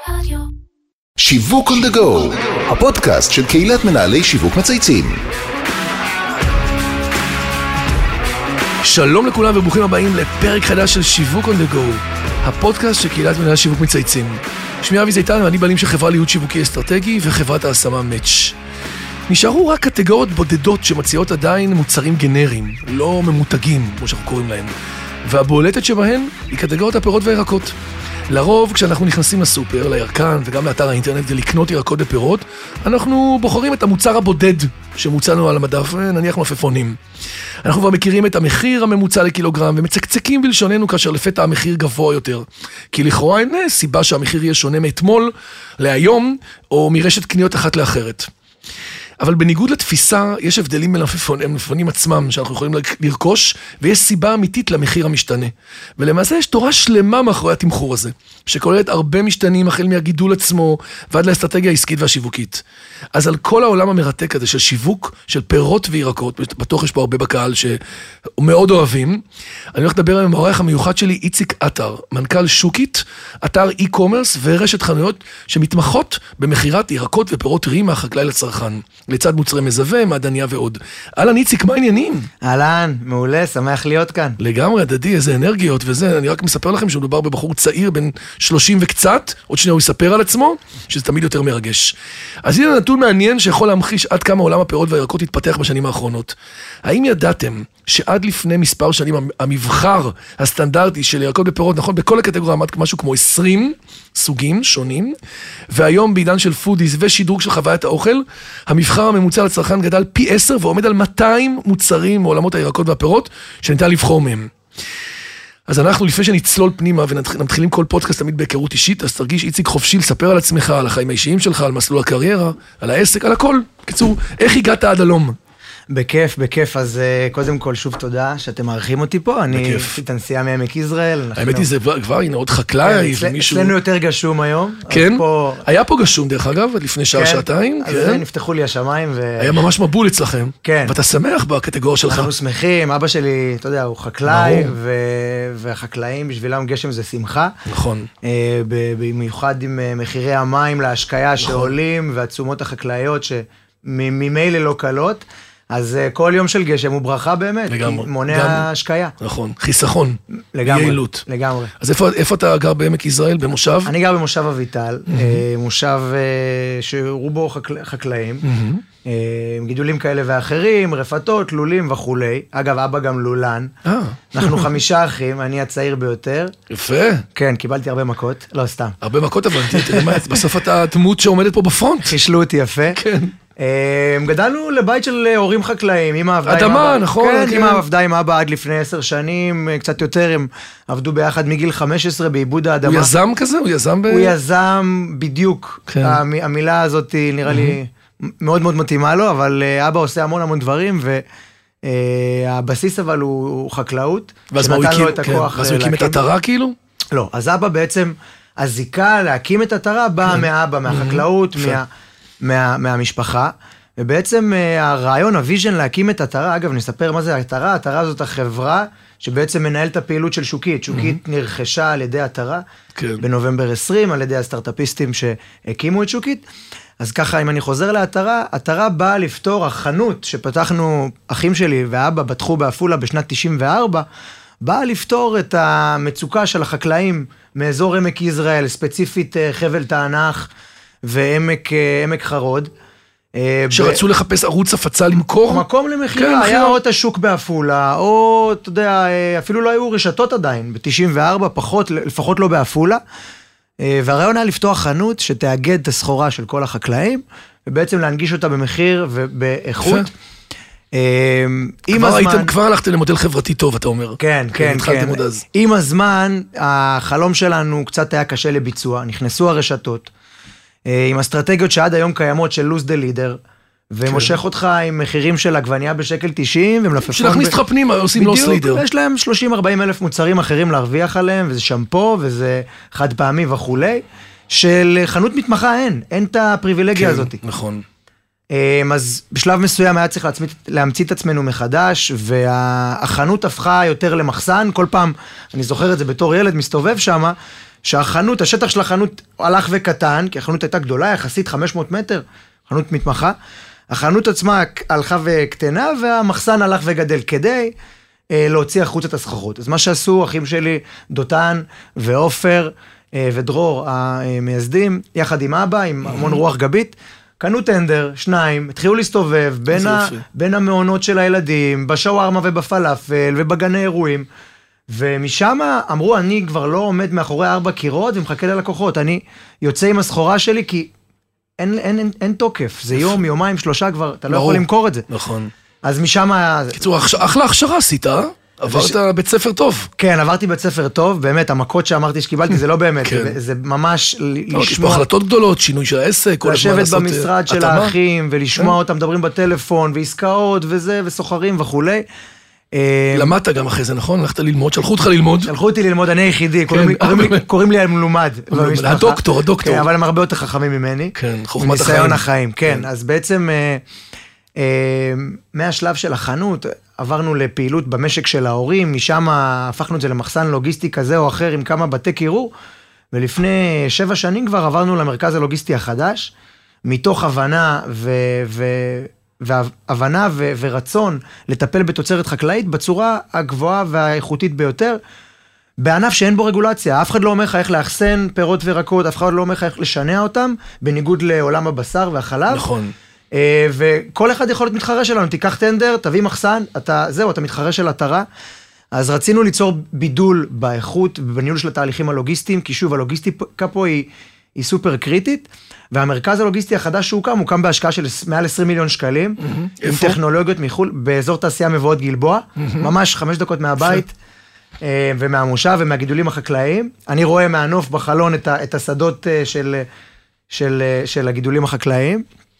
שיווק on the go, הפודקאסט של קהילת מנהלי שיווק מצייצים. שלום לכולם וברוכים הבאים לפרק חדש של שיווק on the go, הפודקאסט של קהילת מנהלי שיווק מצייצים. שמי אבי זיתן ואני בעלים של חברה לייעוץ שיווקי אסטרטגי וחברת ההשמה מאץ'. נשארו רק קטגוריות בודדות שמציעות עדיין מוצרים גנריים, לא ממותגים כמו שאנחנו קוראים להם. והבולטת שבהן היא קטגוריות הפירות והירקות. לרוב, כשאנחנו נכנסים לסופר, לירקן וגם לאתר האינטרנט ולקנות ירקות ופירות, אנחנו בוחרים את המוצר הבודד שמוצע לנו על המדף, נניח מלפפונים. אנחנו כבר מכירים את המחיר הממוצע לקילוגרם ומצקצקים בלשוננו כאשר לפתע המחיר גבוה יותר. כי לכאורה אין סיבה שהמחיר יהיה שונה מאתמול להיום או מרשת קניות אחת לאחרת. אבל בניגוד לתפיסה, יש הבדלים בין המלפפונים עצמם שאנחנו יכולים לרכוש, ויש סיבה אמיתית למחיר המשתנה. ולמעשה יש תורה שלמה מאחורי התמחור הזה, שכוללת הרבה משתנים החל מהגידול עצמו, ועד לאסטרטגיה העסקית והשיווקית. אז על כל העולם המרתק הזה של שיווק, של פירות וירקות, בטוח יש פה הרבה בקהל שמאוד אוהבים, אני הולך לדבר עם המערך המיוחד שלי, איציק עטר, מנכ"ל שוקית, אתר אי-קומרס ורשת חנויות שמתמחות במחירת ירקות ופירות טריים מהחקלאי לצרכן. לצד מוצרי מזווה, מעדניה ועוד. אהלן איציק, מה העניינים? אהלן, מעולה, שמח להיות כאן. לגמרי, הדדי, איזה אנרגיות וזה. אני רק מספר לכם שמדובר בבחור צעיר בין 30 וקצת, עוד שנייה הוא יספר על עצמו, שזה תמיד יותר מרגש. אז הנה נתון מעניין שיכול להמחיש עד כמה עולם הפירות והירקות התפתח בשנים האחרונות. האם ידעתם שעד לפני מספר שנים המבחר הסטנדרטי של ירקות ופירות, נכון, בכל הקטגוריה עמד משהו כמו 20 סוגים שונים, והיום בעידן של פודיס ושדרוג של חוויית האוכל, המבחר הממוצע לצרכן גדל פי 10 ועומד על 200 מוצרים מעולמות הירקות והפירות שניתן לבחור מהם. אז אנחנו לפני שנצלול פנימה ונתחילים כל פודקאסט תמיד בהיכרות אישית, אז תרגיש איציק חופשי לספר על עצמך, על החיים האישיים שלך, על מסלול הקריירה, על העסק, על הכל. בקיצור, איך הגעת עד הלום? בכיף, אז קודם כל שוב תודה שאתם מארחים אותי פה, אני עשיתי הנסיעה מעמק יזרעאל. האמת היא זה כבר, הנה עוד חקלאי ומישהו... אצלנו יותר גשום היום. כן, היה פה גשום דרך אגב, לפני שעה, שעתיים. אז נפתחו לי השמיים ו... היה ממש מבול אצלכם. כן. ואתה שמח בקטגוריה שלך. אנחנו שמחים, אבא שלי, אתה יודע, הוא חקלאי, והחקלאים בשבילם גשם זה שמחה. נכון. במיוחד עם מחירי המים להשקיה שעולים, והתשומות החקלאיות שממילא לא קלות. אז כל יום של גשם הוא ברכה באמת, לגמרי. מונע השקיה. נכון, חיסכון, יעילות. לגמרי. אז איפה אתה גר בעמק יזרעאל, במושב? אני גר במושב אביטל, מושב שרובו חקלאים, גידולים כאלה ואחרים, רפתות, לולים וכולי. אגב, אבא גם לולן. אנחנו 5 אחים, אני הצעיר ביותר. יפה. כן, קיבלתי הרבה מכות, לא סתם. הרבה מכות הבנתי, תראה מה, בסוף אתה הדמות שעומדת פה בפרונט. חישלו אותי יפה. כן. גדלנו לבית של הורים חקלאים, אמא עבדה אדמה, נכון. כן, אמא עבדה עם אבא עד לפני 10 שנים, קצת יותר, הם עבדו ביחד מגיל 15 בעיבוד האדמה. הוא יזם כזה? הוא יזם בדיוק. המילה הזאת נראה לי מאוד מאוד מתאימה לו, אבל אבא עושה המון דברים, והבסיס אבל הוא חקלאות. ואז הוא הקים את התרה כאילו? לא, אז אבא בעצם, הזיקה להקים את התרה באה מאבא, מהחקלאות, מהמשפחה, ובעצם הרעיון, הוויז'ן להקים את התרה, אגב נספר מה זה התרה, התרה זאת החברה שבעצם מנהלת את הפעילות של שוקית, שוקית נרכשה על ידי התרה, בנובמבר 20, על ידי הסטארט-אפיסטים שהקימו את שוקית, אז ככה אם אני חוזר להתרה, התרה באה לפתור, החנות שפתחנו, אחים שלי ואבא פתחו באפולה בשנת 94, באה לפתור את המצוקה של החקלאים מאזור עמק יזרעאל, ספציפית חבל תענך, ועמק חרוד. שרצו לחפש ערוץ הפצה למכור? מקום למחירה, היה או את השוק באפולה, או, אתה יודע, אפילו לא היו רשתות עדיין, ב-94 פחות, לפחות לא באפולה, והרעיון היה לפתוח חנות שתאגד את הסחורה של כל החקלאים, ובעצם להנגיש אותה במחיר ובאיכות. כבר הלכתם למודל חברתי טוב, אתה אומר. כן. עם הזמן, החלום שלנו קצת היה קשה לביצוע, נכנסו הרשתות, עם אסטרטגיות שעד היום קיימות של לוז דה לידר, ומושך אותך עם מחירים של עגבניה בשקל 90, ומלפפון... שלהכניס לך פנימה, עושים לוס לידר. בדיוק, יש להם 30-40 אלף מוצרים אחרים להרוויח עליהם, וזה שמפו, וזה חד פעמי וכולי, של חנות מתמחה אין את הפריבילגיה הזאת. נכון. אז בשלב מסוים היה צריך להמציא את עצמנו מחדש, והחנות הפכה יותר למחסן, כל פעם, אני זוכר את זה בתור ילד, מסתובב שם, שהחנות, השטח של החנות הלך וקטן, כי החנות הייתה גדולה, יחסית 500 מטר, חנות מתמחה, החנות עצמה הלכה וקטנה, והמחסן הלך וגדל כדי להוציא החוץ את הסחורות. אז מה שעשו אחים שלי, דותן ואופר ודרור, המייסדים, יחד עם אבא, עם המון רוח גבית, קנו טנדר, 2, התחילו להסתובב בין המעונות של הילדים, בשווארמה ובפלאפל ובגני אירועים, ומשם אמרו, אני כבר לא עומד מאחורי 4 קירות ומחכה ללקוחות, אני יוצא עם הסחורה שלי כי אין תוקף, זה יום, יומיים, 3 כבר, אתה לא יכול למכור את זה. נכון. אז משם... קיצור, אחלה הכשרה עשית, עברת בית ספר טוב. כן, עברתי בית ספר טוב, באמת, המכות שאמרתי שקיבלתי זה לא באמת, זה ממש לשמוע... יש פה החלטות גדולות, שינוי של העסק, לשבת במשרד של האחים, ולשמוע אותם מדברים בטלפון, ועסקאות וזה, וסוחרים וכולי. למדת גם אחרי זה, נכון? הלכת ללמוד, שלחו אותך ללמוד. שלחו אותי ללמוד, אני היחידי, קוראים לי המלומד. הדוקטור. אבל הם הרבה יותר חכמים ממני. כן, חוכמת החיים. מניסיון החיים, כן. אז בעצם, מהשלב של החנות, עברנו לפעילות במשק של ההורים, משם הפכנו את זה למחסן לוגיסטי כזה או אחר עם כמה בתי קירור, ולפני 7 שנים כבר עברנו למרכז הלוגיסטי החדש, מתוך הבנה ורצון לטפל בתוצרת חקלאית בצורה הגבוהה והאיכותית ביותר, בענף שאין בו רגולציה, אף אחד לא אומר לך איך לאחסן פירות וירקות, אף אחד לא אומר לך איך לשנע אותם, בניגוד לעולם הבשר והחלב. נכון. וכל אחד יכול להיות מתחרה שלנו, תיקח טנדר, תביא מחסן, אתה מתחרה של התרה, אז רצינו ליצור בידול באיכות ובניהול של התהליכים הלוגיסטיים, כי שוב, הלוגיסטיקה פה היא סופר קריטית, והמרכז הלוגיסטי החדש הוקם בהשקעה של מעל 20 מיליון שקלים, עם טכנולוגיות מחול, באזור תעשייה מבואות גלבוע, ממש 5 דקות מהבית, ומהמושב ומהגידולים החקלאיים. אני רואה מהנוף בחלון את השדות של הגידולים החקלאיים,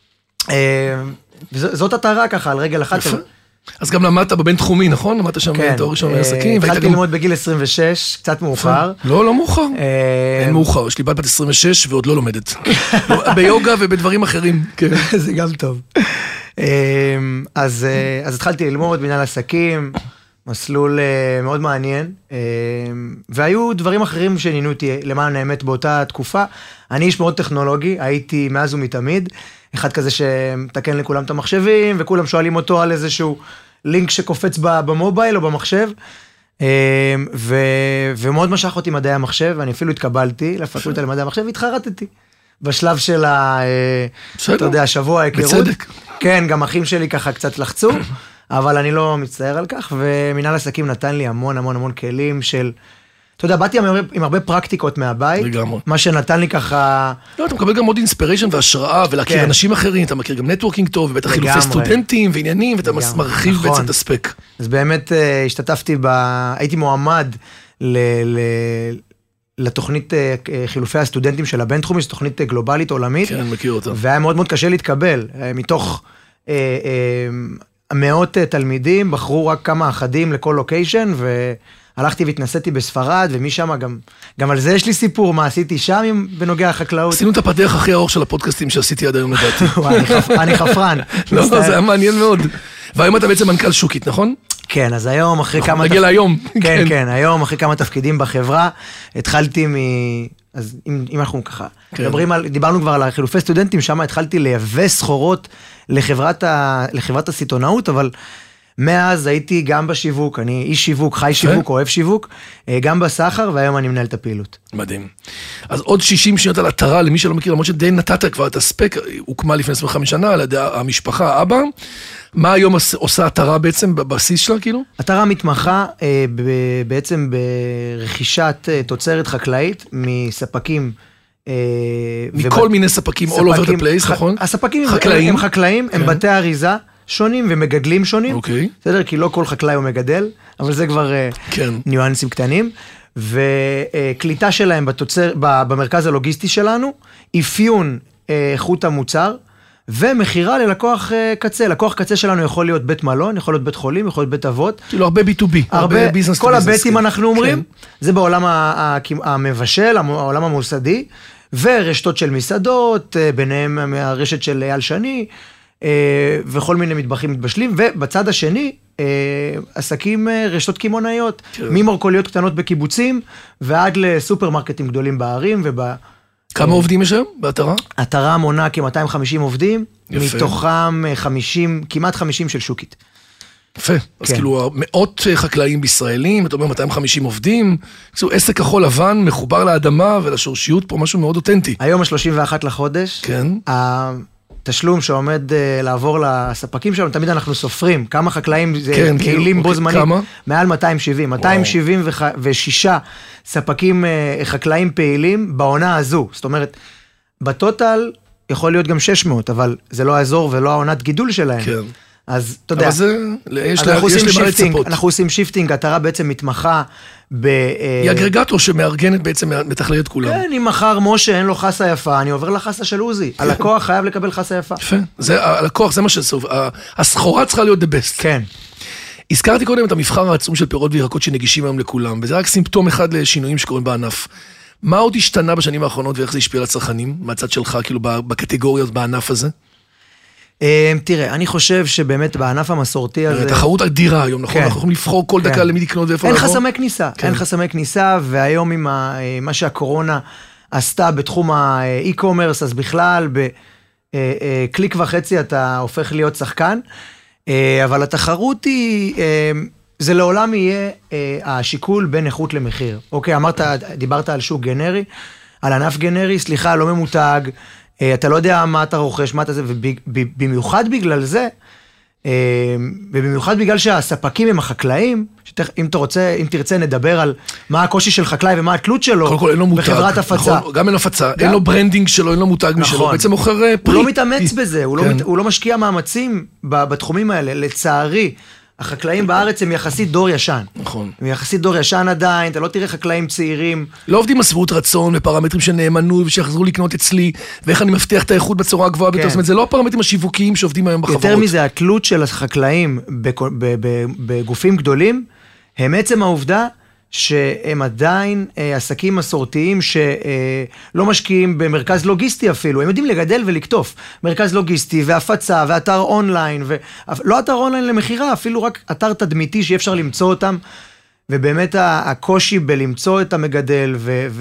זאת התארה ככה, על רגל אחת. אז גם למדת בבין תחומי, נכון? למדת שם תואר ראשון מעסקים. התחלתי ללמוד בגיל 26, קצת מאוחר. לא מאוחר. אין מאוחר, יש לי בת 26 ועוד לא לומדת. ביוגה ובדברים אחרים. זה גם טוב. אז התחלתי ללמוד מנהל עסקים, מסלול מאוד מעניין, והיו דברים אחרים שנינו אותי למען האמת באותה תקופה. אני איש מאוד טכנולוגי, הייתי מאז ומתמיד, אחד כזה שמתקן לכולם את המחשבים, וכולם שואלים אותו על איזשהו לינק שקופץ במובייל או במחשב, ומאוד משך אותי מדעי המחשב, ואני אפילו התקבלתי לפקולטה למדעי המחשב, והתחרטתי בשלב של אתה יודע, שבוע ההיכרות. בצדק. כן, גם אחים שלי ככה קצת לחצו, אבל אני לא מצטער על כך, ומנהל עסקים נתן לי המון המון המון כלים של... אתה יודע, באתי עם הרבה פרקטיקות מהבית, מה שנתן לי ככה... לא, אתה מקבל גם עוד אינספיריישן והשראה, ולהכיר אנשים אחרים, אתה מכיר גם נטוורקינג טוב, ובטח חילופי סטודנטים ועניינים, ואתה מרחיב בעצם את הספק. אז באמת השתתפתי הייתי מועמד לתוכנית חילופי הסטודנטים של הבינתחומי, זו תוכנית גלובלית עולמית. כן, מכיר אותה. והיה מאוד מאוד קשה להתקבל, מתוך... מאות תלמידים, בחרו רק כמה אחדים לכל לוקיישן, והלכתי והתנסיתי בספרד, ומשם גם על זה יש לי סיפור, מה עשיתי שם בנוגע החקלאות. עשינו את הפתח הכי ארוך של הפודקאסטים שעשיתי עד היום לדעתי. אני חפרן. לא, זה היה מעניין מאוד. והיום אתה בעצם מנכ"ל שוקית, נכון? כן, אז היום אחרי כמה... נגיע להיום. כן, היום אחרי כמה תפקידים בחברה, התחלתי אז אם אנחנו ככה, דיברנו כבר על החילופי סטודנטים, שם התחלתי לייבא סחורות לחברת הסיטונאות, אבל מאז הייתי גם בשיווק, אני איש שיווק, חי שיווק, אוהב שיווק, גם בסחר, והיום אני מנהל את הפעילות. מדהים. אז עוד 60 שניות על התרה, למי שלא מכיר, למרות שדי נתת כבר את הספק, הוקמה לפני 25 שנה, על ידי המשפחה, האבא. מה היום עושה התרה בעצם, בבסיס שלה כאילו? התרה מתמחה בעצם ברכישת תוצרת חקלאית מספקים. מכל מיני ספקים, all over the place, נכון? הספקים הם חקלאים, הם בתי אריזה שונים ומגדלים שונים. בסדר? כי לא כל חקלאי הוא מגדל, אבל זה כבר ניואנסים קטנים. וקליטה שלהם במרכז הלוגיסטי שלנו, אפיון איכות המוצר, ומחירה ללקוח קצה. לקוח קצה שלנו יכול להיות בית מלון, יכול להיות בית חולים, יכול להיות בית אבות. כאילו הרבה B2B, הרבה ביזנס. כל הביתים אנחנו אומרים, זה בעולם המבשל, העולם המוסדי, ורשתות של מסעדות, ביניהם הרשת של אייל שני, וכל מיני מטבחים מתבשלים, ובצד השני, עסקים, רשתות קימונאיות, ממרכוליות קטנות בקיבוצים, ועד לסופרמרקטים גדולים בערים כמה עובדים יש היום באתרה? אתרה מונה כ-250 עובדים, מתוכם 50, כמעט 50 של שוקית. יפה, אז כאילו מאות חקלאים בישראלים, אתה אומר 250 עובדים, זה עסק כחול לבן, מחובר לאדמה ולשורשיות פה, משהו מאוד אותנטי. היום ה-31 לחודש, התשלום שעומד לעבור לספקים שלנו, תמיד אנחנו סופרים, כמה חקלאים זה פעילים בו זמנית, מעל 270, 276 ספקים חקלאים פעילים בעונה הזו, זאת אומרת, בטוטל יכול להיות גם 600, אבל זה לא האזור ולא העונת גידול שלהם. כן. אז אתה יודע, אנחנו עושים שיפטינג, התרה בעצם מתמחה היא אגרגטור שמארגנת בעצם, מתכללת כולם. כן, אם מחר משה אין לו חסה יפה, אני עובר לחסה של עוזי. הלקוח חייב לקבל חסה יפה. יפה, הלקוח זה מה שסוף, הסחורה צריכה להיות the best. כן. הזכרתי קודם את המבחר העצום של פירות וירקות שנגישים היום לכולם, וזה רק סימפטום אחד לשינויים שקורים בענף. מה עוד השתנה בשנים האחרונות ואיך זה השפיע על הצרכנים, מהצד שלך, כאילו בקטגוריות בענף הזה? תראה, אני חושב שבאמת בענף המסורתי הזה... תחרות אדירה היום, נכון? אנחנו יכולים לבחור כל דקה למי לקנות ואיפה לבוא. אין חסמי כניסה, והיום עם מה שהקורונה עשתה בתחום האי-קומרס, אז בכלל, בקליק וחצי אתה הופך להיות שחקן, אבל התחרות היא... זה לעולם יהיה השיקול בין איכות למחיר. אוקיי, דיברת על שוק גנרי, על ענף גנרי, סליחה, לא ממותג, אתה לא יודע מה אתה רוכש, מה אתה זה, ובמיוחד בגלל זה, ובמיוחד בגלל שהספקים הם החקלאים, אם תרצה נדבר על מה הקושי של חקלאי ומה התלות שלו בחברת הפצה. גם אין הפצה, אין לו ברנדינג שלו, אין לו מותג משלו, בעצם מוכר פרי. הוא לא מתאמץ בזה, הוא לא משקיע מאמצים בתחומים האלה, לצערי. החקלאים בארץ הם יחסית דור ישן. נכון. הם יחסית דור ישן עדיין, אתה לא תראה חקלאים צעירים. לא עובדים מסבירות רצון ופרמטרים של נאמנות ושיחזרו לקנות אצלי, ואיך אני מבטיח את האיכות בצורה הגבוהה ביותר. זאת אומרת, זה לא הפרמטרים השיווקיים שעובדים היום בחברות. יותר מזה, התלות של החקלאים בגופים גדולים, הם עצם העובדה שהם עדיין עסקים מסורתיים שלא משקיעים במרכז לוגיסטי אפילו, הם יודעים לגדל ולקטוף, מרכז לוגיסטי והפצה ואתר אונליין, לא אתר אונליין למחירה, אפילו רק אתר תדמיתי שאי אפשר למצוא אותם, ובאמת הקושי בלמצוא את המגדל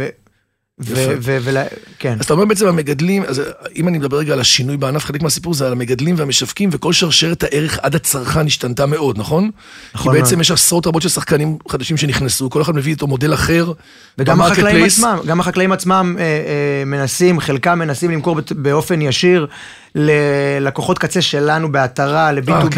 כן. אז אתה אומר בעצם המגדלים, אז אם אני מדבר רגע על השינוי בענף, חלק מהסיפור זה על המגדלים והמשווקים, וכל שרשרת הערך עד הצרכן השתנתה מאוד, נכון? כי בעצם יש עשרות רבות של שחקנים חדשים שנכנסו, כל אחד מביא איתו מודל אחר, וגם החקלאים עצמם מנסים, חלקם מנסים למכור באופן ישיר ללקוחות קצה שלנו באתרה, ל-B2B,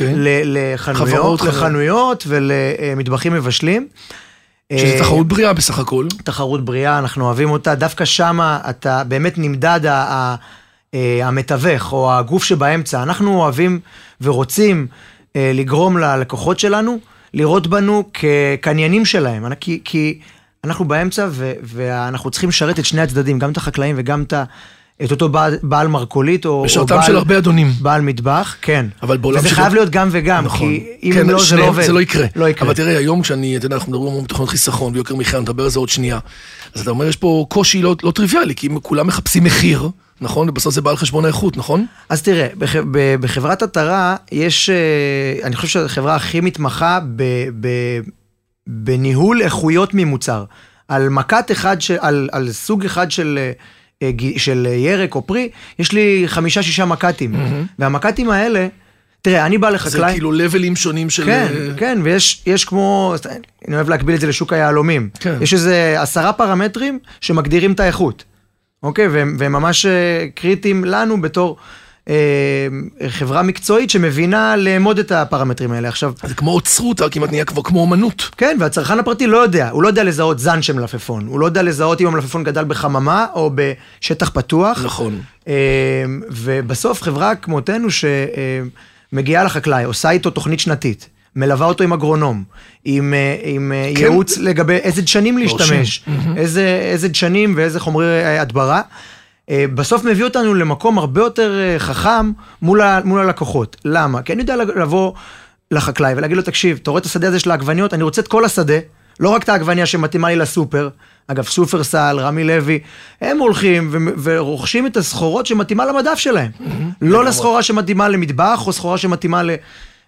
לחנויות ולמטבחים מבשלים. שזה תחרות בריאה בסך הכל. תחרות בריאה, אנחנו אוהבים אותה, דווקא שמה אתה באמת נמדד המתווך או הגוף שבאמצע, אנחנו אוהבים ורוצים לגרום ללקוחות שלנו, לראות בנו כקניינים שלהם, כי אנחנו באמצע ואנחנו צריכים לשרת את שני הצדדים, גם את החקלאים וגם את אותו בעל מרקולית או של הרבה אדונים. בעל מטבח, כן. וזה חייב להיות גם וגם, כי אם לא זה לא עובד. זה לא יקרה. אבל תראה, היום כשאני, אתה יודע, אנחנו מדברים על תוכניות חיסכון ויוקר מחיה, נדבר על זה עוד שנייה. אז אתה אומר, יש פה קושי לא טריוויאלי, כי כולם מחפשים מחיר, נכון? ובסוף זה בא על חשבון האיכות, נכון? אז תראה, בחברת התרה יש, אני חושב שהחברה הכי מתמחה בניהול איכויות ממוצר. על מקת אחד, על סוג אחד של ירק או פרי, יש לי 5-6 מקטים. והמקטים האלה, תראה, אני בא לחקלאי... זה כאילו לבלים שונים של... כן, ויש כמו, אני אוהב להקביל את זה לשוק היהלומים. יש איזה 10 פרמטרים שמגדירים את האיכות. אוקיי? והם ממש קריטיים לנו בתור חברה מקצועית שמבינה לאמוד את הפרמטרים האלה. עכשיו... זה כמו אוצרות, כמעט נהיה כבר כמו אומנות. כן, והצרכן הפרטי לא יודע. הוא לא יודע לזהות זן של מלפפון. הוא לא יודע לזהות אם המלפפון גדל בחממה או בשטח פתוח. נכון. ובסוף חברה כמותנו שמגיעה לחקלאי, עושה איתו תוכנית שנתית, מלווה אותו עם אגרונום, עם ייעוץ לגבי איזה דשנים להשתמש, איזה דשנים ואיזה חומרי הדברה, בסוף מביא אותנו למקום הרבה יותר חכם מול הלקוחות. למה? כי אני יודע לבוא לחקלאי ולהגיד לו, תקשיב, אתה רואה את השדה הזה של העגבניות, אני רוצה את כל השדה, לא רק את העגבניה שמתאימה לי לסופר, אגב, סופרסל, רמי לוי, הם הולכים ורוכשים את הסחורות שמתאימה למדף שלהם. לא לסחורה שמתאימה למטבח, או סחורה שמתאימה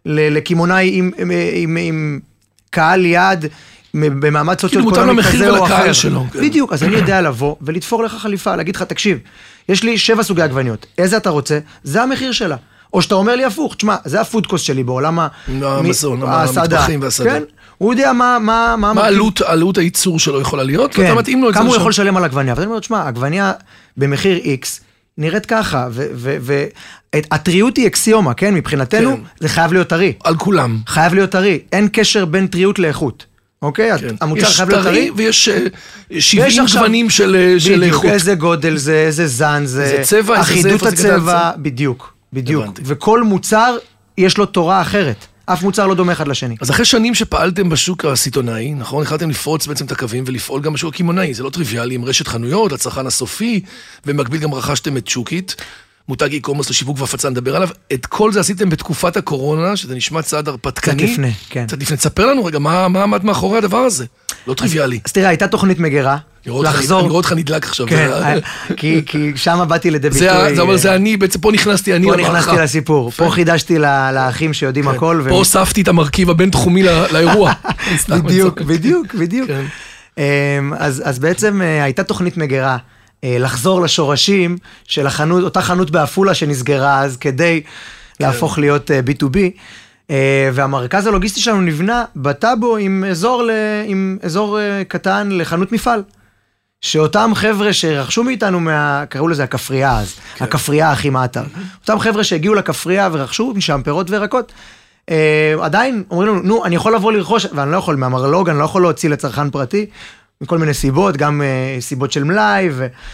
לכימונאי עם קהל יעד, במעמד סוציו-אקונומי כזה או אחר. בדיוק, אז אני יודע לבוא ולתפור לך חליפה, להגיד לך, תקשיב, יש לי 7 סוגי עגבניות, איזה אתה רוצה? זה המחיר שלה. או שאתה אומר לי הפוך, תשמע, זה הפודקוסט שלי בעולם המטבחים והסדה. כן, הוא יודע מה עלות הייצור שלו יכולה להיות, כן, כמה הוא יכול לשלם על עגבניה. ואתה אומר, תשמע, עגבניה במחיר X נראית ככה, והטריות היא אקסיומה, כן? מבחינתנו זה חייב להיות טרי. על כולם. חייב להיות טרי, אין קשר בין טריות לאיכות. אוקיי? המוצר חייב להיות טרי. ויש 70 גוונים של איכות. בדיוק, איזה גודל זה, איזה זן זה, אחידות הצבע, בדיוק. וכל מוצר יש לו תורה אחרת. אף מוצר לא דומה אחד לשני. אז אחרי שנים שפעלתם בשוק הסיטונאי, נכון? החלטתם לפרוץ בעצם את הקווים ולפעול גם בשוק הכימונאי. זה לא טריוויאלי עם רשת חנויות, הצרכן הסופי, ומקביל גם רכשתם את שוקית, מותג אי-קומרס לשיווק והפצה, נדבר עליו. את כל זה עשיתם בתקופת הקורונה, שזה נשמע צעד הרפתקני. קצת לפני, כן. קצת לפני. תספר לנו רגע, מה עמד מאחורי הדבר הזה? לא טריוויאלי. אז תראה, הייתה תוכנית מגירה. אני רואה אותך נדלק עכשיו. כן, כי שם באתי לידי ביטוי. זה אומר, זה אני, בעצם פה נכנסתי אני למערכה. פה נכנסתי לסיפור. פה חידשתי לאחים שיודעים הכל. פה הוספתי את המרכיב הבינתחומי לאירוע. בדיוק. אז בעצם הייתה תוכנית מגירה. לחזור לשורשים של החנות, אותה חנות באפולה שנסגרה אז כדי להפוך להיות B2B, והמרכז הלוגיסטי שלנו נבנה בטאבו עם אזור קטן לחנות מפעל, שאותם חבר'ה שרכשו מאיתנו, קראו לזה הכפרייה אז, הכפרייה הכי מאתר, אותם חבר'ה שהגיעו לכפרייה ורכשו משם פירות וירקות, עדיין אומרים לנו, נו, אני יכול לבוא לרכוש, ואני לא יכול, מהמרלוג, אני לא יכול להוציא לצרכן פרטי, מכל מיני סיבות, גם סיבות של מלאי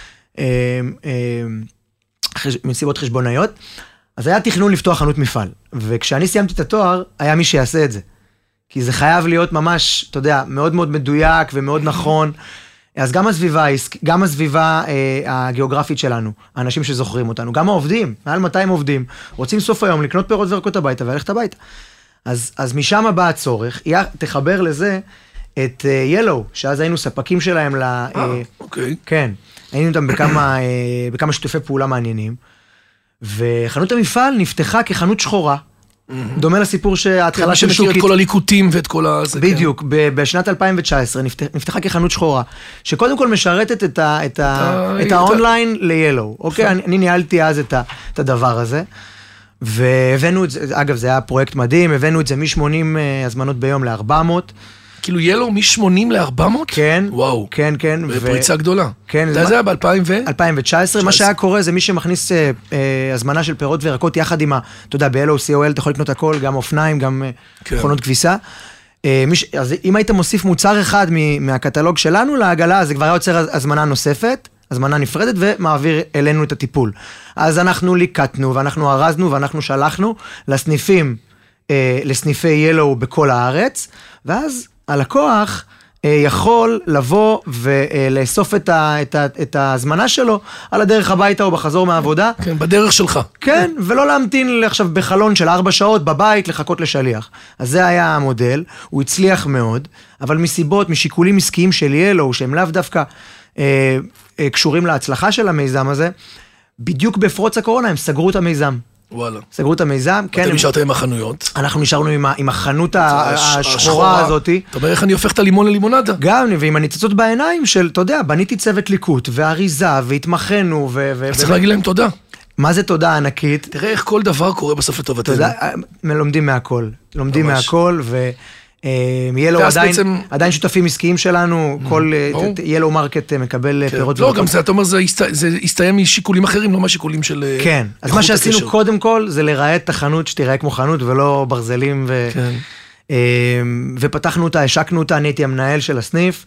ומסיבות חשבונאיות. אז היה תכנון לפתוח חנות מפעל, וכשאני סיימתי את התואר, היה מי שיעשה את זה. כי זה חייב להיות ממש, אתה יודע, מאוד מאוד מדויק ומאוד נכון. אז גם הסביבה הגיאוגרפית שלנו, האנשים שזוכרים אותנו, גם העובדים, מעל 200 עובדים, רוצים סוף היום לקנות פירות וירקות הביתה וללכת הביתה. אז משם בא הצורך, תחבר לזה, את ילו, שאז היינו ספקים שלהם אוקיי. כן, היינו איתם בכמה שיתופי פעולה מעניינים, וחנות המפעל נפתחה כחנות שחורה, דומה לסיפור שההתחלה של שוקית. את כל הליקוטים ואת כל הזה. בדיוק, בשנת 2019 נפתחה כחנות שחורה, שקודם כל משרתת את האונליין ל-Yellow, אוקיי? אני ניהלתי אז את הדבר הזה, והבאנו את זה, אגב זה היה פרויקט מדהים, הבאנו את זה מ-80 הזמנות ביום ל-400, כאילו ילו מ-80 ל-400? כן. וואו. כן. ופריצה גדולה. כן. זה היה ב-2019. מה שהיה קורה זה מי שמכניס הזמנה של פירות וירקות יחד עם אתה יודע, ב-LOCOL אתה יכול לקנות הכל, גם אופניים, גם מכונות כביסה. אז אם היית מוסיף מוצר אחד מהקטלוג שלנו לעגלה, זה כבר היה יוצר הזמנה נוספת, הזמנה נפרדת, ומעביר אלינו את הטיפול. אז אנחנו ליקטנו, ואנחנו ארזנו, ואנחנו שלחנו לסניפי ילו בכל הארץ, ואז הלקוח יכול לבוא ולאסוף את ההזמנה שלו על הדרך הביתה או בחזור מהעבודה. כן, בדרך שלך. כן, ולא להמתין עכשיו בחלון של 4 שעות בבית לחכות לשליח. אז זה היה המודל, הוא הצליח מאוד, אבל משיקולים עסקיים של ילו, שהם לאו דווקא קשורים להצלחה של המיזם הזה, בדיוק בפרוץ הקורונה הם סגרו את המיזם. וואלה. סגרו את המיזם. אתם נשארתם עם החנויות. אנחנו נשארנו עם החנות השחורה הזאת. אתה אומר, איך אני הופך את הלימון ללימונדה? גם, ועם הניצוצות בעיניים של, אתה יודע, בניתי צוות ליקוט, ואריזה, והתמחנו, צריך להגיד להם תודה. מה זה תודה ענקית? תראה איך כל דבר קורה בסוף לטובתנו. תודה, לומדים מהכל. לומדים מהכל, ילו עדיין שותפים עסקיים שלנו, כל ילו מרקט מקבל פירות. לא, גם זה, אתה אומר, זה הסתיים משיקולים אחרים, לא מהשיקולים של... כן, אז מה שעשינו קודם כל, זה לראות את החנות שתראה כמו חנות, ולא ברזלים, ופתחנו אותה, השקנו אותה, אני הייתי המנהל של הסניף,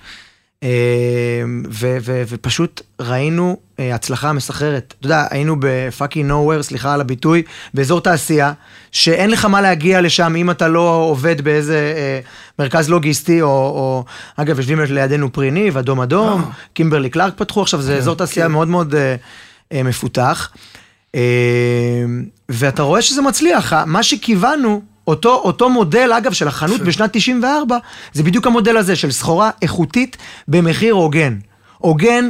ופשוט ראינו הצלחה מסחררת. אתה יודע, היינו בפאקינג nowhere, סליחה על הביטוי, באזור תעשייה, שאין לך מה להגיע לשם אם אתה לא עובד באיזה מרכז לוגיסטי, או אגב, יושבים לידינו פריניב, אדום אדום, קימברלי קלארק פתחו, עכשיו זה אזור תעשייה מאוד מאוד מפותח, ואתה רואה שזה מצליח, מה שכיוונו, אותו מודל, אגב, של החנות בשנת 94, זה בדיוק המודל הזה, של סחורה איכותית במחיר הוגן. הוגן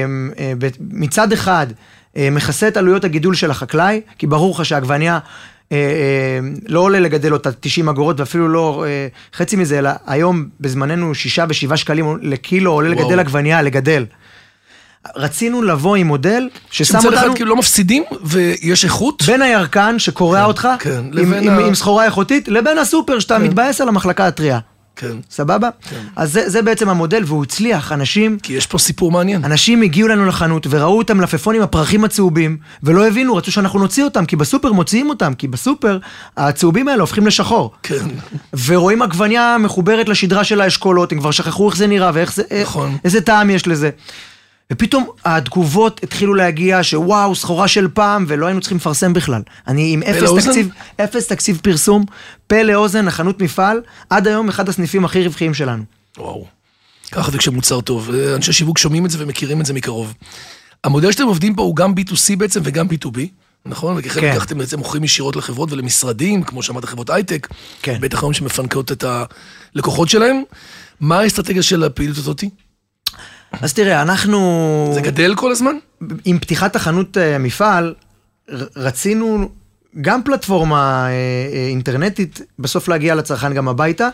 שמצד אחד מכסה את עלויות הגידול של החקלאי, כי ברור לך שהעגבניה לא עולה לגדל אותה 90 אגורות, ואפילו לא חצי מזה, אלא היום בזמננו 6 ו7 שקלים לקילו עולה לגדל עגבנייה, לגדל. רצינו לבוא עם מודל ששם אותנו... שמצד אחד כאילו לא מפסידים ויש איכות. בין הירקן שקורא אותך, עם סחורה איכותית, לבין הסופר שאתה מתבאס על המחלקה הטריה. כן. סבבה? כן. אז זה בעצם המודל, והוא הצליח, אנשים... כי יש פה סיפור מעניין. אנשים הגיעו לנו לחנות, וראו אותם לפפון עם הפרחים הצהובים, ולא הבינו, רצו שאנחנו נוציא אותם, כי בסופר מוציאים אותם, כי בסופר הצהובים האלה הופכים לשחור. כן. ורואים עגבניה מחוברת לשדרה של האשכולות, הם כבר שכחו איך זה נראה, נכון. איזה טעם יש לזה. ופתאום התגובות התחילו להגיע שוואו, סחורה של פעם, ולא היינו צריכים לפרסם בכלל. אני עם אפס תקציב פרסום, פה לאוזן, החנות מפעל, עד היום אחד הסניפים הכי רווחיים שלנו. וואו, ככה זה כשמוצר טוב. אנשי שיווק שומעים את זה ומכירים את זה מקרוב. המודל שאתם עובדים פה הוא גם B2C בעצם וגם B2B, נכון? וכחלק כך אתם בעצם מוכרים ישירות לחברות ולמשרדים, כמו שאמרת חברות הייטק, בטח היום שמפנקות את הלקוחות שלהם. מה האסטרטגיה של הפעילות הזאת? אז תראה, אנחנו... זה גדל כל הזמן? עם פתיחת החנות מפעל, רצינו גם פלטפורמה אינטרנטית, בסוף להגיע לצרכן גם הביתה,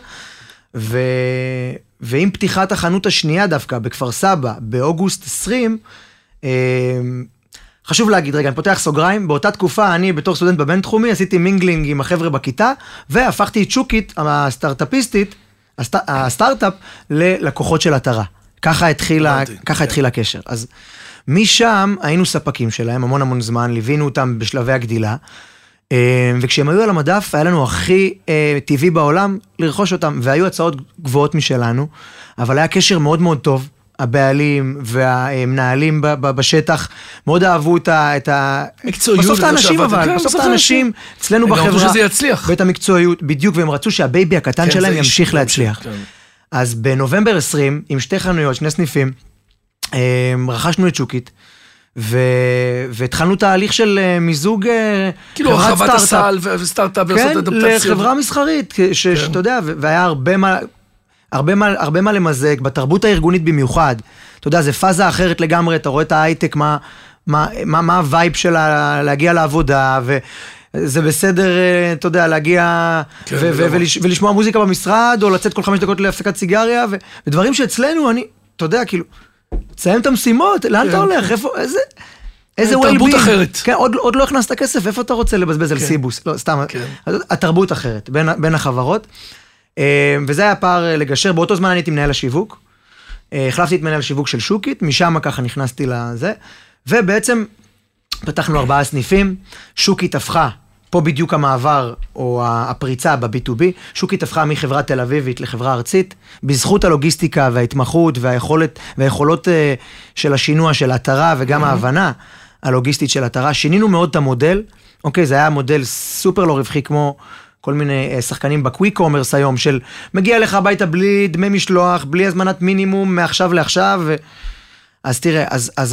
ועם פתיחת החנות השנייה דווקא, בכפר סבא, באוגוסט 20, חשוב להגיד, רגע, אני פותח סוגריים, באותה תקופה אני בתור סטודנט בבינתחומי, עשיתי מינגלינג עם החבר'ה בכיתה, והפכתי את שוקית, הסטארט-אפיסטית, הסטארט-אפ, ללקוחות של אתרה. ככה התחיל הקשר. אז משם היינו ספקים שלהם, המון זמן, ליווינו אותם בשלבי הגדילה, וכשהם היו על המדף, היה לנו הכי טבעי בעולם לרכוש אותם, והיו הצעות גבוהות משלנו, אבל היה קשר מאוד מאוד טוב, הבעלים והמנהלים בשטח, מאוד אהבו את מקצועיות. בסוף את האנשים אבל, בסוף את האנשים, אצלנו בחברה, ואת המקצועיות, בדיוק, והם רצו שהבייבי הקטן שלהם ימשיך להצליח. אז בנובמבר 20, עם 2 חנויות, 2 סניפים, רכשנו את שוקית, והתחלנו תהליך של מיזוג כאילו הרחבת הסל וסטארט-אפ כן, לחברה מסחרית, שאתה יודע, והיה הרבה מה למזג, בתרבות הארגונית במיוחד. אתה יודע, זה פאזה אחרת לגמרי, אתה רואה את ההייטק, מה הווייב שלה להגיע לעבודה, זה בסדר, אתה יודע, להגיע ולשמוע מוזיקה במשרד, או לצאת כל 5 דקות להפסקת סיגריה, ודברים שאצלנו, אתה יודע, כאילו, תסיים את המשימות, לאן אתה הולך, איזה תרבות אחרת. כן, עוד לא הכנסת כסף, איפה אתה רוצה לבזבז על סיבוס? לא, סתם, התרבות אחרת, בין החברות, וזה היה פער לגשר, באותו זמן אני הייתי מנהל השיווק, החלפתי את מנהל השיווק של שוקית, משם ככה נכנסתי לזה, ובעצם פתחנו 4 סניפים, שוקית הפכה, פה בדיוק המעבר או הפריצה ב-B2B, שוקית הפכה מחברה תל אביבית לחברה ארצית, בזכות הלוגיסטיקה וההתמחות והיכולות של השינוע של האתרה וגם ההבנה הלוגיסטית של האתרה, שינינו מאוד את המודל, אוקיי, זה היה מודל סופר לא רווחי כמו כל מיני שחקנים בקוויק קומרס היום, של מגיע לך הביתה בלי דמי משלוח, בלי הזמנת מינימום מעכשיו לעכשיו, אז תראה, אז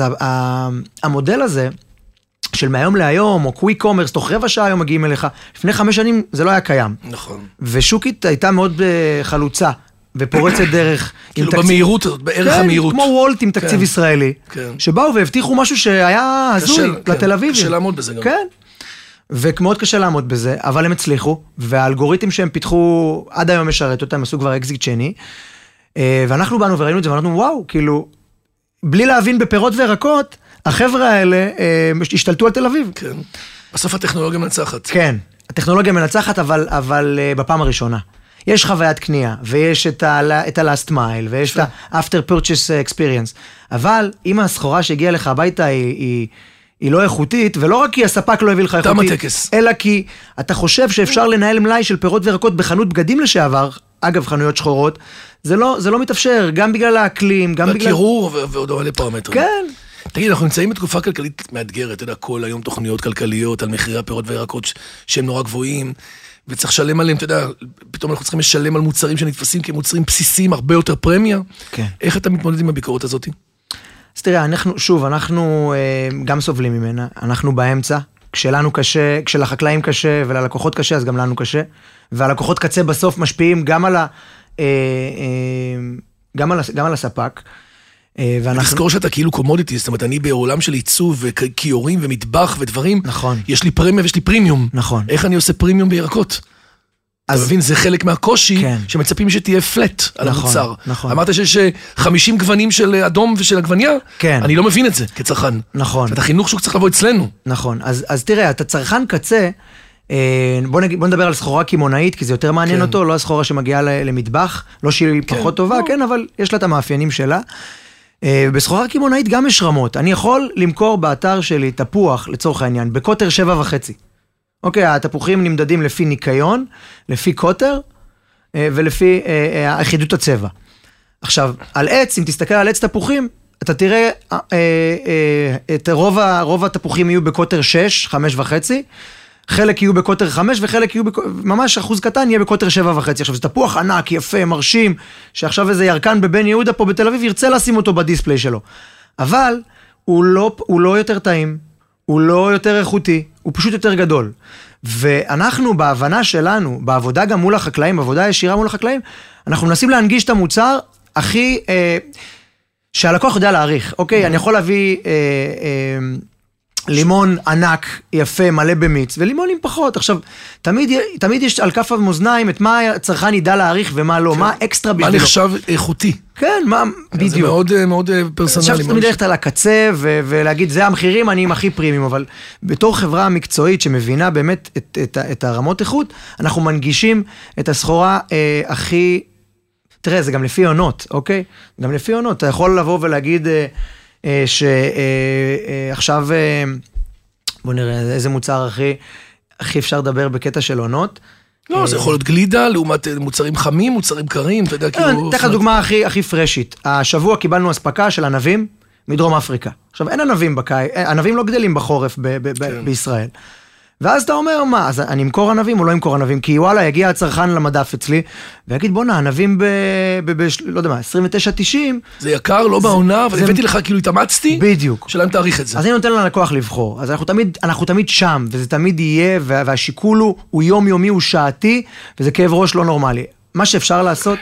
המודל הזה, של מהיום להיום, או קוויק קומרס, תוך רבע שעה היום מגיעים אליך, לפני 5 שנים זה לא היה קיים. נכון. ושוקית הייתה מאוד חלוצה, ופורצת דרך. כאילו במהירות, בערך המהירות. כמו וולט עם תקציב ישראלי, שבאו והבטיחו משהו שהיה הזוי לתל אביבים. קשה לעמוד בזה גם. כן. ומאוד קשה לעמוד בזה, אבל הם הצליחו, והאלגוריתם שהם פיתחו עד היום משרת אותם, עשו כבר אקזיט שני, ואנחנו באנו וראינו את זה, ואנחנו וואו, כאילו, בלי להבין בפירות וירקות, החבר'ה האלה השתלטו על תל אביב. כן. בסוף הטכנולוגיה מנצחת. כן, הטכנולוגיה מנצחת, אבל בפעם הראשונה. יש חוויית קנייה, ויש את ה-last mile, ויש את ה-after purchase experience. אבל אם הסחורה שהגיעה לך הביתה היא לא איכותית, ולא רק כי הספק לא הביא לך איכותית, אלא כי אתה חושב שאפשר לנהל מלאי של פירות וירקות בחנות בגדים לשעבר, אגב חנויות שחורות, זה לא מתאפשר, גם בגלל האקלים, גם בגלל... הקירור ועוד הרבה פרמטרים. כן. תגיד, אנחנו נמצאים בתקופה כלכלית מאתגרת, אתה יודע, כל היום תוכניות כלכליות על מחירי הפירות וירקות שהם נורא גבוהים, וצריך לשלם עליהם, אתה יודע, פתאום אנחנו צריכים לשלם על מוצרים שנתפסים כמוצרים בסיסיים, הרבה יותר פרמיה. כן. איך אתה מתמודד עם הביקורת הזאת? אז תראה, אנחנו גם סובלים ממנה, אנחנו באמצע, כשלנו קשה, כשלחקלאים קשה וללקוחות קשה, אז גם לנו קשה, והלקוחות קצה בסוף משפיעים גם על הספק. תזכור שאתה כאילו קומודיטי, זאת אומרת, אני בעולם של עיצוב וכיורים ומטבח ודברים, נכון. יש לי פרמיה ויש לי פרימיום. נכון. איך אני עושה פרימיום בירקות? אתה מבין, זה חלק מהקושי, שמצפים שתהיה פלט על המוצר. אמרת שיש 50 גוונים של אדום ושל עגבניה, אני לא מבין את זה כצרכן. נכון. את החינוך שהוא צריך לבוא אצלנו. נכון, אז תראה, אתה צרכן קצה, בוא נדבר על סחורה קימונאית, כי זה יותר מעניין אותו, לא הסחורה שמגיעה למטבח, לא שהיא פחות טובה, כן, אבל יש לה את המאפיינים שלה. בסחורה קימונאית גם יש רמות. אני יכול למכור באתר שלי תפוח, לצורך העניין, בקוטר 7.5. אוקיי, התפוחים נמדדים לפי ניקיון, לפי קוטר, ולפי אחידות הצבע. עכשיו, על עץ, אם תסתכל על עץ תפוחים, אתה תראה, את רוב התפוחים יהיו בקוטר 6, 5.5, חלק יהיו בקוטר 5, וחלק יהיו, ממש אחוז קטן יהיה בקוטר 7.5. עכשיו, זה תפוח ענק, יפה, מרשים, שעכשיו איזה ירקן בבן יהודה פה בתל אביב, ירצה לשים אותו בדיספליי שלו. אבל, הוא לא יותר טעים, הוא לא יותר איכותי, הוא פשוט יותר גדול. ואנחנו, בהבנה שלנו, בעבודה גם מול החקלאים, בעבודה ישירה מול החקלאים, אנחנו מנסים להנגיש את המוצר הכי, שהלקוח יודע להעריך. אוקיי, אני יכול להביא לימון ענק, יפה, מלא במיץ, ולימונים פחות. עכשיו, תמיד יש על כף המאזניים את מה הצרכן ידע להעריך ומה לא, מה אקסטרה בשבילו. מה נחשב איכותי. כן, מה, בדיוק. זה מאוד מאוד פרסונלי. עכשיו תמיד ללכת על הקצה ולהגיד, זה המחירים, אני עם הכי פרימים, אבל בתור חברה מקצועית שמבינה באמת את הרמות איכות, אנחנו מנגישים את הסחורה הכי, תראה, זה גם לפי עונות, אוקיי? גם לפי עונות, אתה יכול לבוא ולהגיד שעכשיו, בוא נראה איזה מוצר הכי אפשר לדבר בקטע של עונות. לא, זה יכול להיות גלידה, לעומת מוצרים חמים, מוצרים קרים, אתה יודע, כאילו... תכף דוגמה הכי פרשית. השבוע קיבלנו הספקה של ענבים מדרום אפריקה. עכשיו, אין ענבים בקיץ, ענבים לא גדלים בחורף בישראל. ואז אתה אומר, מה, אז אני אמכור ענבים או לא אמכור ענבים? כי וואלה, יגיע הצרכן למדף אצלי, ויגיד, בוא'נה, ענבים לא יודע מה, 29.90. זה יקר, לא בעונה, אבל הבאתי לך, כאילו התאמצתי. בדיוק. שלהם תאריך את זה. אז אני נותן ללקוח לבחור. אז אנחנו תמיד שם, וזה תמיד יהיה, והשיקול הוא יומיומי, הוא שעתי, וזה כאב ראש לא נורמלי. מה שאפשר לעשות,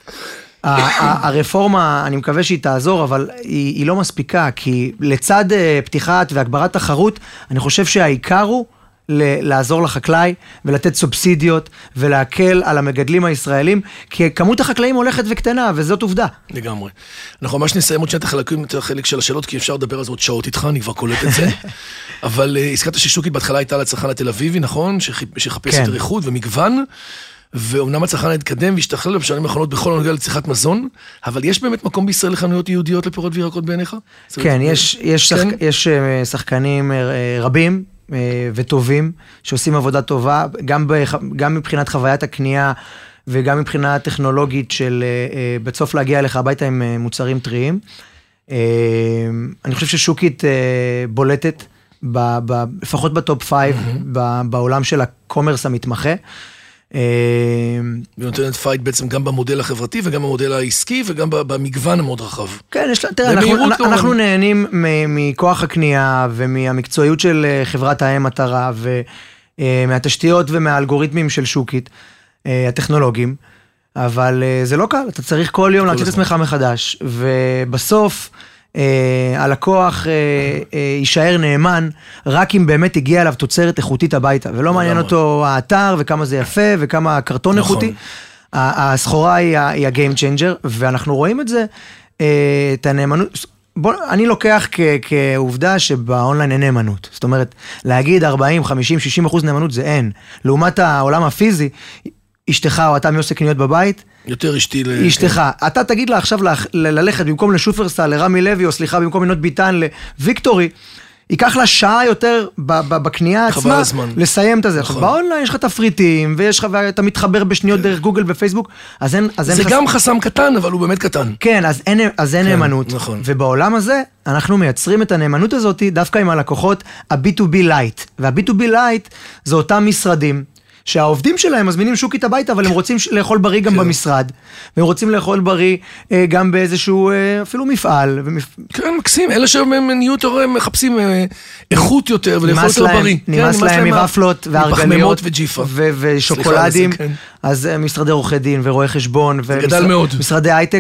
הרפורמה, אני מקווה שהיא תעזור, אבל היא לא מספיקה, כי לצד פתיחת והגברת תחרות, אני חושב שהעיקר הוא לעזור לחקלאי ולתת סובסידיות ולהקל על המגדלים הישראלים, כי כמות החקלאים הולכת וקטנה, וזאת עובדה. לגמרי. אנחנו ממש נסיים עוד שנייה את החלק של השאלות, כי אפשר לדבר על זה עוד שעות איתך, אני כבר קולט את זה. אבל הזכרת ששוקית בהתחלה הייתה לצרכן התל אביבי, נכון? שחפש יותר איכות ומגוון, ואומנם הצרכן התקדם והשתכלל בשנים האחרונות בכל הנוגע לצריכת מזון, אבל יש באמת מקום בישראל לחנויות יהודיות לפירות וירקות בעיניך? כן, יש שחקנים רבים וטובים, שעושים עבודה טובה, גם מבחינת חוויית הקנייה, וגם מבחינה טכנולוגית של בסוף להגיע אליך הביתה עם מוצרים טריים. אני חושב ששוקית בולטת, לפחות בטופ 5, בעולם של הקומרס המתמחה. ונותנת פייט בעצם גם במודל החברתי וגם במודל העסקי וגם במגוון המאוד רחב. כן, תראה, אנחנו נהנים מכוח הקנייה ומהמקצועיות של חברת האם מטרה ומהתשתיות ומהאלגוריתמים של שוקית, הטכנולוגיים, אבל זה לא קל, אתה צריך כל יום להציץ את עצמך מחדש, ובסוף הלקוח יישאר נאמן רק אם באמת הגיע אליו תוצרת איכותית הביתה, ולא מעניין אותו האתר וכמה זה יפה וכמה הקרטון איכותי. הסחורה היא ה-game changer, ואנחנו רואים את זה, את הנאמנות. אני לוקח כעובדה שבאונליין אין נאמנות. זאת אומרת, להגיד 40, 50, 60% נאמנות זה אין. לעומת העולם הפיזי, אשתך או אתה מי עושה קניות בבית, יותר אשתי אשתך. אתה תגיד לה עכשיו ללכת במקום לשופרסל, לרמי לוי, או סליחה, במקום לנות ביטן לוויקטורי, ייקח לה שעה יותר בקנייה עצמה, לסיים את זה. עכשיו, באונליין יש לך תפריטים, ואתה מתחבר בשניות דרך גוגל ופייסבוק, אז אין... זה גם חסם קטן, אבל הוא באמת קטן. כן, אז אין נאמנות. ובעולם הזה, אנחנו מייצרים את הנאמנות הזאת, דווקא עם הלקוחות, ה-B2B Lite. וה-B2B Lite זה אותם משרדים, שהעובדים שלהם מזמינים שוקית הביתה, אבל הם רוצים לאכול בריא גם במשרד, והם רוצים לאכול בריא גם באיזשהו אפילו מפעל. כן, מקסים, אלה שהם נהיו יותר מחפשים איכות יותר, ולאכול יותר בריא. נמאס להם מוואפלות והרגליות ושוקולדים, כן. אז משרדי עורכי דין ורואי חשבון, גדל מאוד. משרדי הייטק,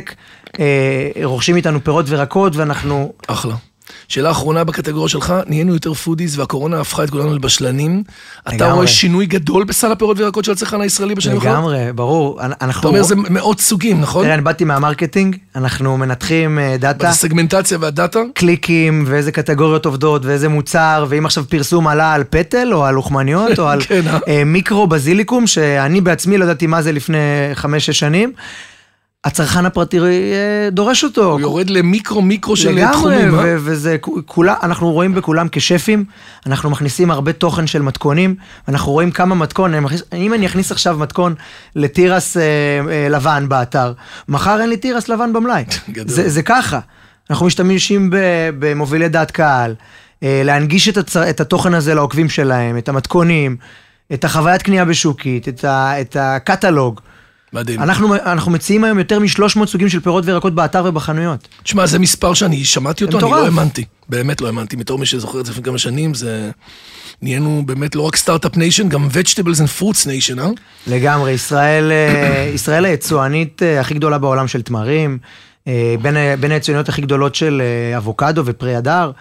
רוכשים איתנו פירות וירקות, ואנחנו... אחלה. שאלה אחרונה בקטגוריה שלך, נהיינו יותר פודיז והקורונה הפכה את כולנו לבשלנים. אתה רואה שינוי גדול בסל הפירות וירקות של הצרכן הישראלי בשנים האחרונות? לגמרי, ברור. אתה אומר, זה מאות סוגים, נכון? תראה, אני באתי מהמרקטינג, אנחנו מנתחים דאטה. בסגמנטציה והדאטה? קליקים, ואיזה קטגוריות עובדות, ואיזה מוצר, ואם עכשיו פרסום עלה על פטל, או על לוחמניות, או על מיקרו בזיליקום, שאני בעצמי לא ידעתי מה זה לפני 5-6 שנים, הצרכן הפרטי דורש אותו. הוא יורד למיקרו של תחומים. לגמרי, וזה כולה, אנחנו רואים בכולם כשפים, אנחנו מכניסים הרבה תוכן של מתכונים, אנחנו רואים כמה מתכון, אם אני אכניס עכשיו מתכון לתירס לבן באתר, מחר אין לי תירס לבן במלאי. זה ככה. אנחנו משתמשים במובילי דעת קהל, להנגיש את התוכן הזה לעוקבים שלהם, את המתכונים, את החוויית קנייה בשוקית, את הקטלוג. מדהים. אנחנו מציעים היום יותר מ-300 סוגים של פירות וירקות באתר ובחנויות. תשמע, זה מספר שאני שמעתי אותו, אני לא האמנתי. באמת לא האמנתי. מתור מי שזוכר את זה לפני כמה שנים, זה נהיינו באמת לא רק סטארט-אפ ניישן, גם vegetables and fruits ניישן, אה? לגמרי, ישראל היצואנית הכי גדולה בעולם של תמרים, בין היצואניות הכי גדולות של אבוקדו ופרי הדר.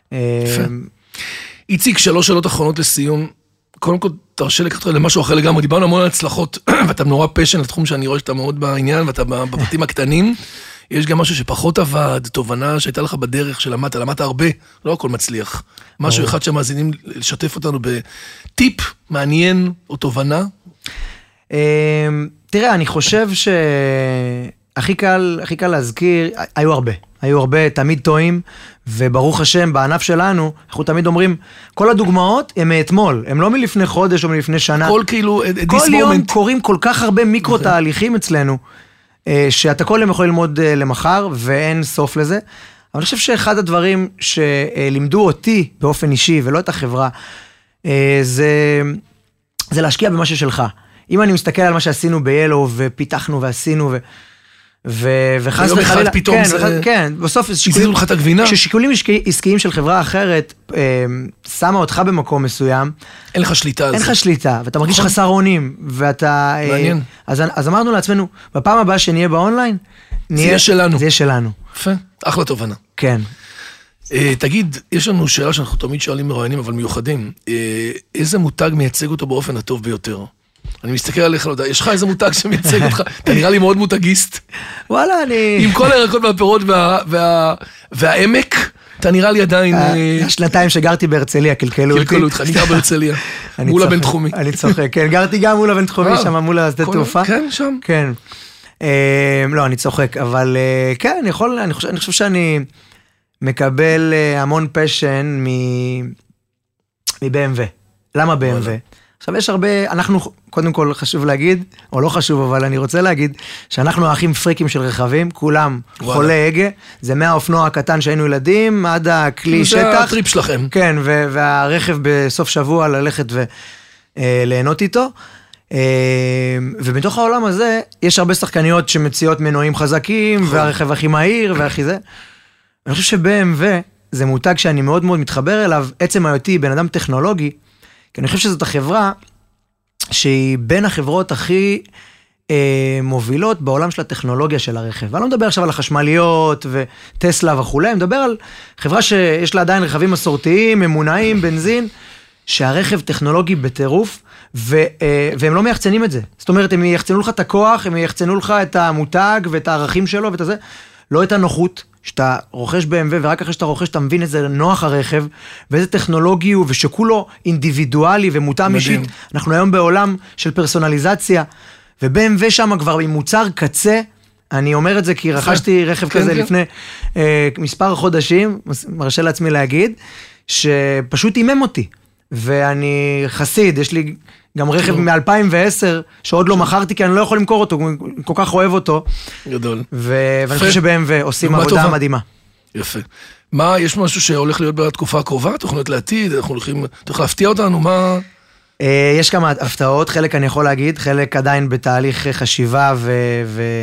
איציק, 3 שאלות אחרונות לסיום. קודם כל, תרשה לקחת למשהו אחר לגמרי, דיברנו המון על הצלחות, ואתה נורא פשן לתחום שאני רואה שאתה מאוד בעניין, ואתה בבתים הקטנים, יש גם משהו שפחות עבד, תובנה שהייתה לך בדרך למדת הרבה, לא הכל מצליח. משהו אחד שהמאזינים לשתף אותנו בטיפ מעניין או תובנה? תראה, אני חושב שהכי קל להזכיר, היו הרבה, תמיד טועים, וברוך השם, בענף שלנו, אנחנו תמיד אומרים, כל הדוגמאות הן מאתמול, הן לא מלפני חודש או מלפני שנה. כל יום קוראים כל כך הרבה מיקרו תהליכים אצלנו, שאתה כל יום יכול ללמוד למחר, ואין סוף לזה. אבל אני חושב שאחד הדברים שלימדו אותי באופן אישי, ולא את החברה, זה להשקיע במה ששלך. אם אני מסתכל על מה שעשינו ביאלו, ופיתחנו ועשינו, וחס וחלילה, כן, בסוף הזיזו לך את הגבינה. כששיקולים עסקיים של חברה אחרת שמה אותך במקום מסוים, אין לך שליטה על זה. אין לך שליטה, ואתה מרגיש חסר אונים, ואתה... מעניין. אז אמרנו לעצמנו, בפעם הבאה שנהיה באונליין, זה יהיה שלנו. זה יהיה שלנו. יפה, אחלה תובנה. כן. תגיד, יש לנו שאלה שאנחנו תמיד שואלים מרואיינים, אבל מיוחדים. איזה מותג מייצג אותו באופן הטוב ביותר? אני מסתכל עליך, לא יודע, יש לך איזה מותג שמייצג אותך? אתה נראה לי מאוד מותגיסט. וואלה, עם כל הירקות והפירות והעמק, אתה נראה לי עדיין... השנתיים שגרתי בהרצליה, קלקלו אותך, אני גר בהרצליה, מול הבן תחומי. אני צוחק, כן, גרתי גם מול הבן תחומי, שם מול השדה תעופה. כן, שם. כן. לא, אני צוחק, אבל כן, אני חושב שאני מקבל המון פשן מ-BMW. למה BMW? עכשיו יש הרבה, אנחנו קודם כל חשוב להגיד, או לא חשוב, אבל אני רוצה להגיד, שאנחנו האחים פריקים של רכבים, כולם חולי הגה, זה מהאופנוע הקטן שהיינו ילדים, עד הכלי שטח. זה הטריפ שלכם. כן, והרכב בסוף שבוע ללכת וליהנות איתו. ובתוך העולם הזה, יש הרבה שחקניות שמציעות מנועים חזקים, והרכב הכי מהיר, והכי זה. אני חושב ש-BMW זה מותג שאני מאוד מאוד מתחבר אליו, עצם היותי בן אדם טכנולוגי, כי אני חושב שזאת החברה שהיא בין החברות הכי מובילות בעולם של הטכנולוגיה של הרכב. ואני לא מדבר עכשיו על החשמליות וטסלה וכו', אני מדבר על חברה שיש לה עדיין רכבים מסורתיים, ממונעים, בנזין, שהרכב טכנולוגי בטירוף, והם לא מייחצנים את זה. זאת אומרת, הם יחצנו לך את הכוח, הם יחצנו לך את המותג ואת הערכים שלו ואת זה, לא את הנוחות. שאתה רוכש BMW, ורק אחרי שאתה רוכש, אתה מבין איזה נוח הרכב, ואיזה טכנולוגי הוא, ושכולו אינדיבידואלי ומותאם אישית. אנחנו היום בעולם של פרסונליזציה, ו-BMW שם כבר עם מוצר קצה, אני אומר את זה כי רכשתי רכב כזה לפני מספר חודשים, מרשה לעצמי להגיד, שפשוט אימם אותי. ואני חסיד, יש לי גם רכב מ-2010, שעוד לא מכרתי, כי אני לא יכול למכור אותו, כל כך אוהב אותו. גדול. ואני חושב שבהם ועושים עבודה מדהימה. יפה. מה, יש משהו שהולך להיות בתקופה הקרובה? תוכניות לעתיד? אתה הולך להפתיע אותנו? מה... יש כמה הפתעות, חלק אני יכול להגיד, חלק עדיין בתהליך חשיבה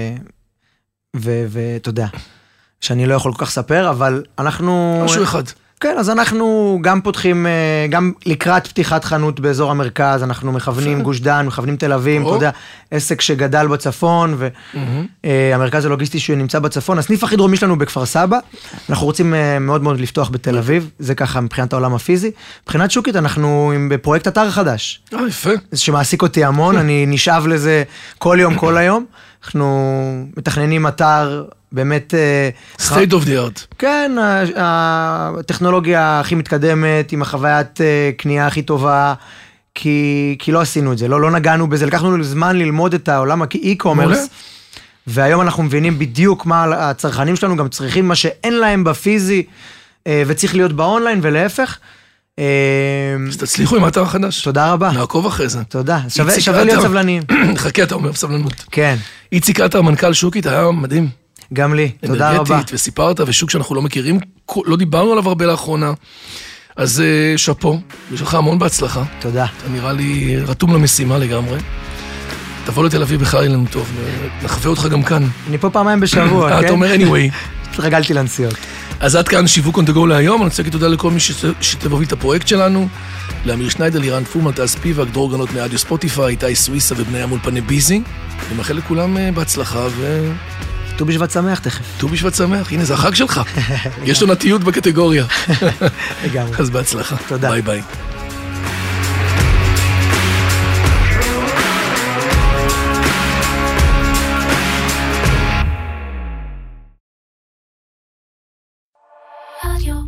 ואתה יודע, שאני לא יכול כל כך לספר, אבל אנחנו... משהו אחד. כן, אז אנחנו גם פותחים, גם לקראת פתיחת חנות באזור המרכז, אנחנו מכוונים גוש דן, מכוונים תל אביב, אתה יודע, עסק שגדל בצפון, והמרכז הלוגיסטי שנמצא בצפון, הסניף הכי דרומי שלנו בכפר סבא, אנחנו רוצים מאוד מאוד לפתוח בתל אביב, זה ככה מבחינת העולם הפיזי. מבחינת שוקית, אנחנו בפרויקט אתר חדש. יפה. שמעסיק אותי המון, אני נשאב לזה כל יום, כל היום. אנחנו מתכננים אתר באמת... state of the art. כן, הטכנולוגיה הכי מתקדמת, עם החוויית קנייה הכי טובה, כי לא עשינו את זה, לא נגענו בזה, לקחנו לנו זמן ללמוד את העולם האי-קומרס, והיום אנחנו מבינים בדיוק מה הצרכנים שלנו גם צריכים, מה שאין להם בפיזי, וצריך להיות באונליין ולהפך. אז תצליחו עם האתר החדש. תודה רבה. נעקוב אחרי זה. תודה, שווה להיות סבלניים. חכה, אתה אומר סבלנות. כן. איציק עטר, מנכ"ל שוקית, היה מדהים. גם לי, תודה רבה. אנרגטית, וסיפרת, ושוק שאנחנו לא מכירים, לא דיברנו עליו הרבה לאחרונה, אז שפו, יש לך המון בהצלחה. תודה. אתה נראה לי רתום למשימה לגמרי. תבוא לתל אביב בכלל יהיה לנו טוב, נחווה אותך גם כאן. אני פה פעמיים בשבוע, כן? אתה אומר anyway. התרגלתי לנסיעות. אז עד כאן שיווק on the go להיום, אני רוצה להגיד תודה לכל מי שתבוביל את הפרויקט שלנו, לאמיר שניידר, לירן פורמן, טל ספיבק, דרור גנות מאדיו ספוטיפיי, איתי סוויסה ובני המולפני ביזי. אני מאחל לכולם בהצלחה ו... ט"ו בשבט שמח תכף. ט"ו בשבט שמח, הנה זה החג שלך. יש עונתיות בקטגוריה. לגמרי. אז בהצלחה. תודה. ביי ביי. רדיו